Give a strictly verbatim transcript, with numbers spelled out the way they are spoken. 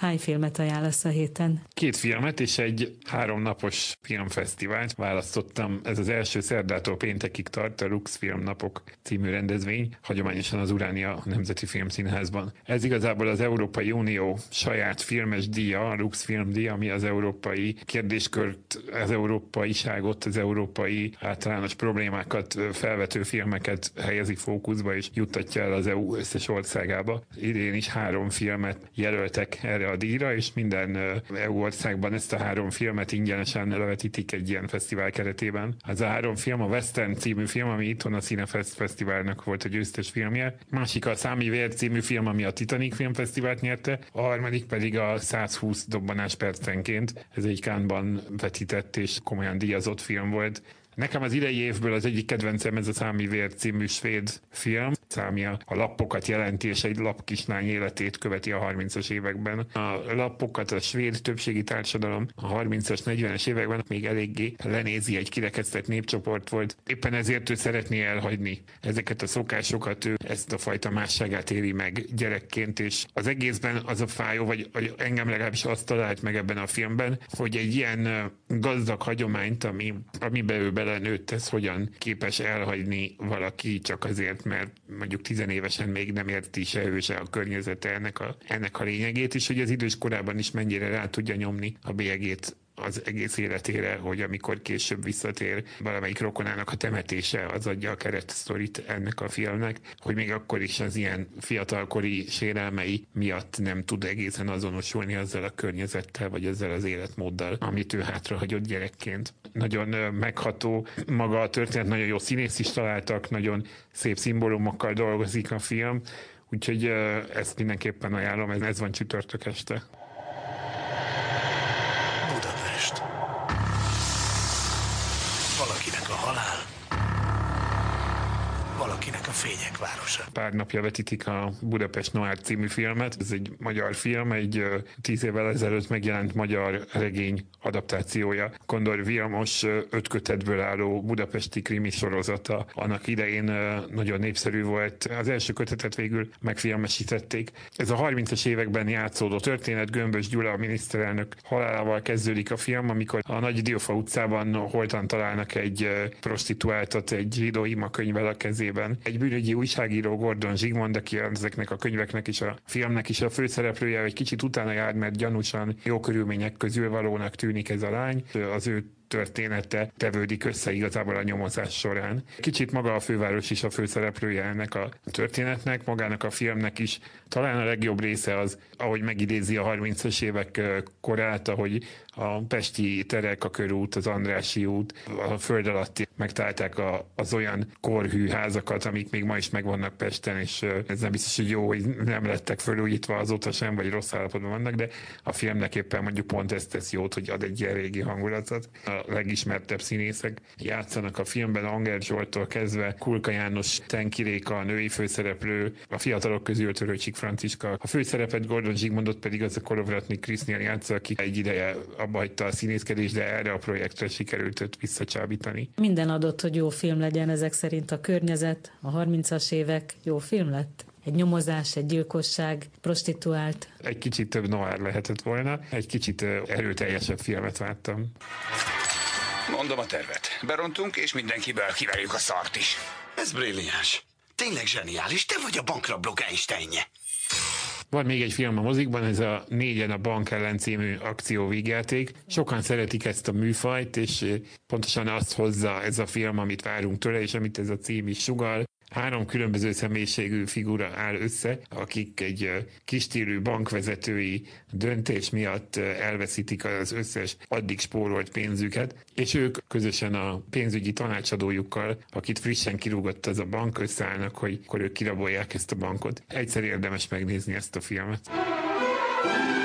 Hány filmet ajánlasz a héten? Két filmet és egy háromnapos filmfesztivált választottam. Ez az első szerdától péntekig tart, a Lux Filmnapok című rendezvény, hagyományosan az Uránia Nemzeti Filmszínházban. Ez igazából az Európai Unió saját filmes díja, a Lux Filmdíja, ami az európai kérdéskört, az európaiságot, az európai általános problémákat felvető filmeket helyezi fókuszba és juttatja el az é u összes országába. Idén is három filmet jelöltek erre a díjra, és minden é u országban ezt a három filmet ingyenesen levetítik egy ilyen fesztivál keretében. Az a három film a Western című film, ami itthon a Cinefest Fesztiválnak volt a győztes filmje. Másik a Számi vér című film, ami a Titanic Filmfesztivált nyerte. A harmadik pedig a százhúsz dobbanás percenként. Ez egy Cannes-ban vetített és komolyan díjazott film volt. Nekem az idei évből az egyik kedvencem ez a Számi vér című svéd film. Számi a lappokat jelenti, és egy lappkislány életét követi a harmincas években. A lappokat a svéd többségi társadalom a harmincas, negyvenes években még eléggé lenézi, egy kirekesztett népcsoport volt. Éppen ezért ő szeretné elhagyni ezeket a szokásokat, ő ezt a fajta másságát éli meg gyerekként, és az egészben az a fájó, vagy, vagy engem legalábbis azt talált meg ebben a filmben, hogy egy ilyen gazdag hagyományt, ami, amiben ő belenőtt, ez hogyan képes elhagyni valaki csak azért, mert mondjuk tizenévesen még nem érti se ő, se a környezete ennek a, ennek a lényegét, és hogy az idős korában is mennyire rá tudja nyomni a bélyegét az egész életére, hogy amikor később visszatér valamelyik rokonának a temetése, az adja a keretsztorit ennek a filmnek, hogy még akkor is az ilyen fiatalkori sérelmei miatt nem tud egészen azonosulni azzal a környezettel, vagy ezzel az életmóddal, amit ő hátrahagyott gyerekként. Nagyon megható maga a történet, nagyon jó színész is találtak, nagyon szép szimbólumokkal dolgozik a film, úgyhogy ezt mindenképpen ajánlom, ez van csütörtök este. Valakinek a halál, valakinek a fények városa. Pár napja vetítik a Budapest Noir című filmet. Ez egy magyar film, egy tíz évvel ezelőtt megjelent magyar regény adaptációja. Kondor Vilmos öt kötetből álló budapesti krimi sorozata. Annak idején nagyon népszerű volt. Az első kötetet végül megfilmesítették. Ez a harmincas években játszódó történet, Gömbös Gyula, a miniszterelnök halálával kezdődik a film, amikor a Nagy Diófa utcában holtan találnak egy prostituáltat egy zsidó imakönyvvel a kezében. Egy bűnügyi újságíró, Gordon Zsigmond, aki ezeknek a könyveknek is a filmnek is a főszereplője, egy kicsit utána jár, mert gyanúsan jó körülmények közül valónak tűnik ez a lány. Az ő története tevődik össze igazából a nyomozás során. Kicsit maga a főváros is a főszereplője ennek a történetnek, magának a filmnek is. Talán a legjobb része az, ahogy megidézi a harmincas évek korát, ahogy a pesti terek, a körút, az Andrássy út, a föld alatti megtalálták a, az olyan korhű házakat, amik még ma is megvannak Pesten, és ez nem biztos, hogy jó, hogy nem lettek fölújítva azóta sem, vagy rossz állapotban vannak, de a filmnek éppen mondjuk pont ezt tesz jót, hogy ad egy ilyen régi hangulatot. A legismertebb színészek játszanak a filmben, Anger Zsolttól kezdve, Kulka János, Tenki Réka, a női főszereplő, a fiatalok közül Törőcsik Franciska. A főszerepet Gordon Zsigmondot pedig az a Kolovratnik Krisztián játsza, aki egy ideje abba hagyta a színészkedést, de erre a projektre sikerült őt visszacsábítani. Minden adott, hogy jó film legyen, ezek szerint a környezet, a harmincas évek jó film lett? Egy nyomozás, egy gyilkosság, prostituált. Egy kicsit több noir lehetett volna, egy kicsit erőteljesebb filmet vártam. Mondom a tervet. Berontunk, és mindenkiből kiverjük a szart is. Ez brilliáns. Tényleg zseniális. Te vagy a bankrablók Einsteinje. Van még egy film a mozikban, ez a Négyen a bank ellen című akcióvígjáték. Sokan szeretik ezt a műfajt, és pontosan azt hozza ez a film, amit várunk tőle, és amit ez a cím is sugall. Három különböző személyiségű figura áll össze, akik egy kisstílű bankvezetői döntés miatt elveszítik az összes addig spórolt pénzüket, és ők közösen a pénzügyi tanácsadójukkal, akit frissen kirúgott az a bank, összeállnak, hogy akkor ők kirabolják ezt a bankot. Egyszer érdemes megnézni ezt a filmet.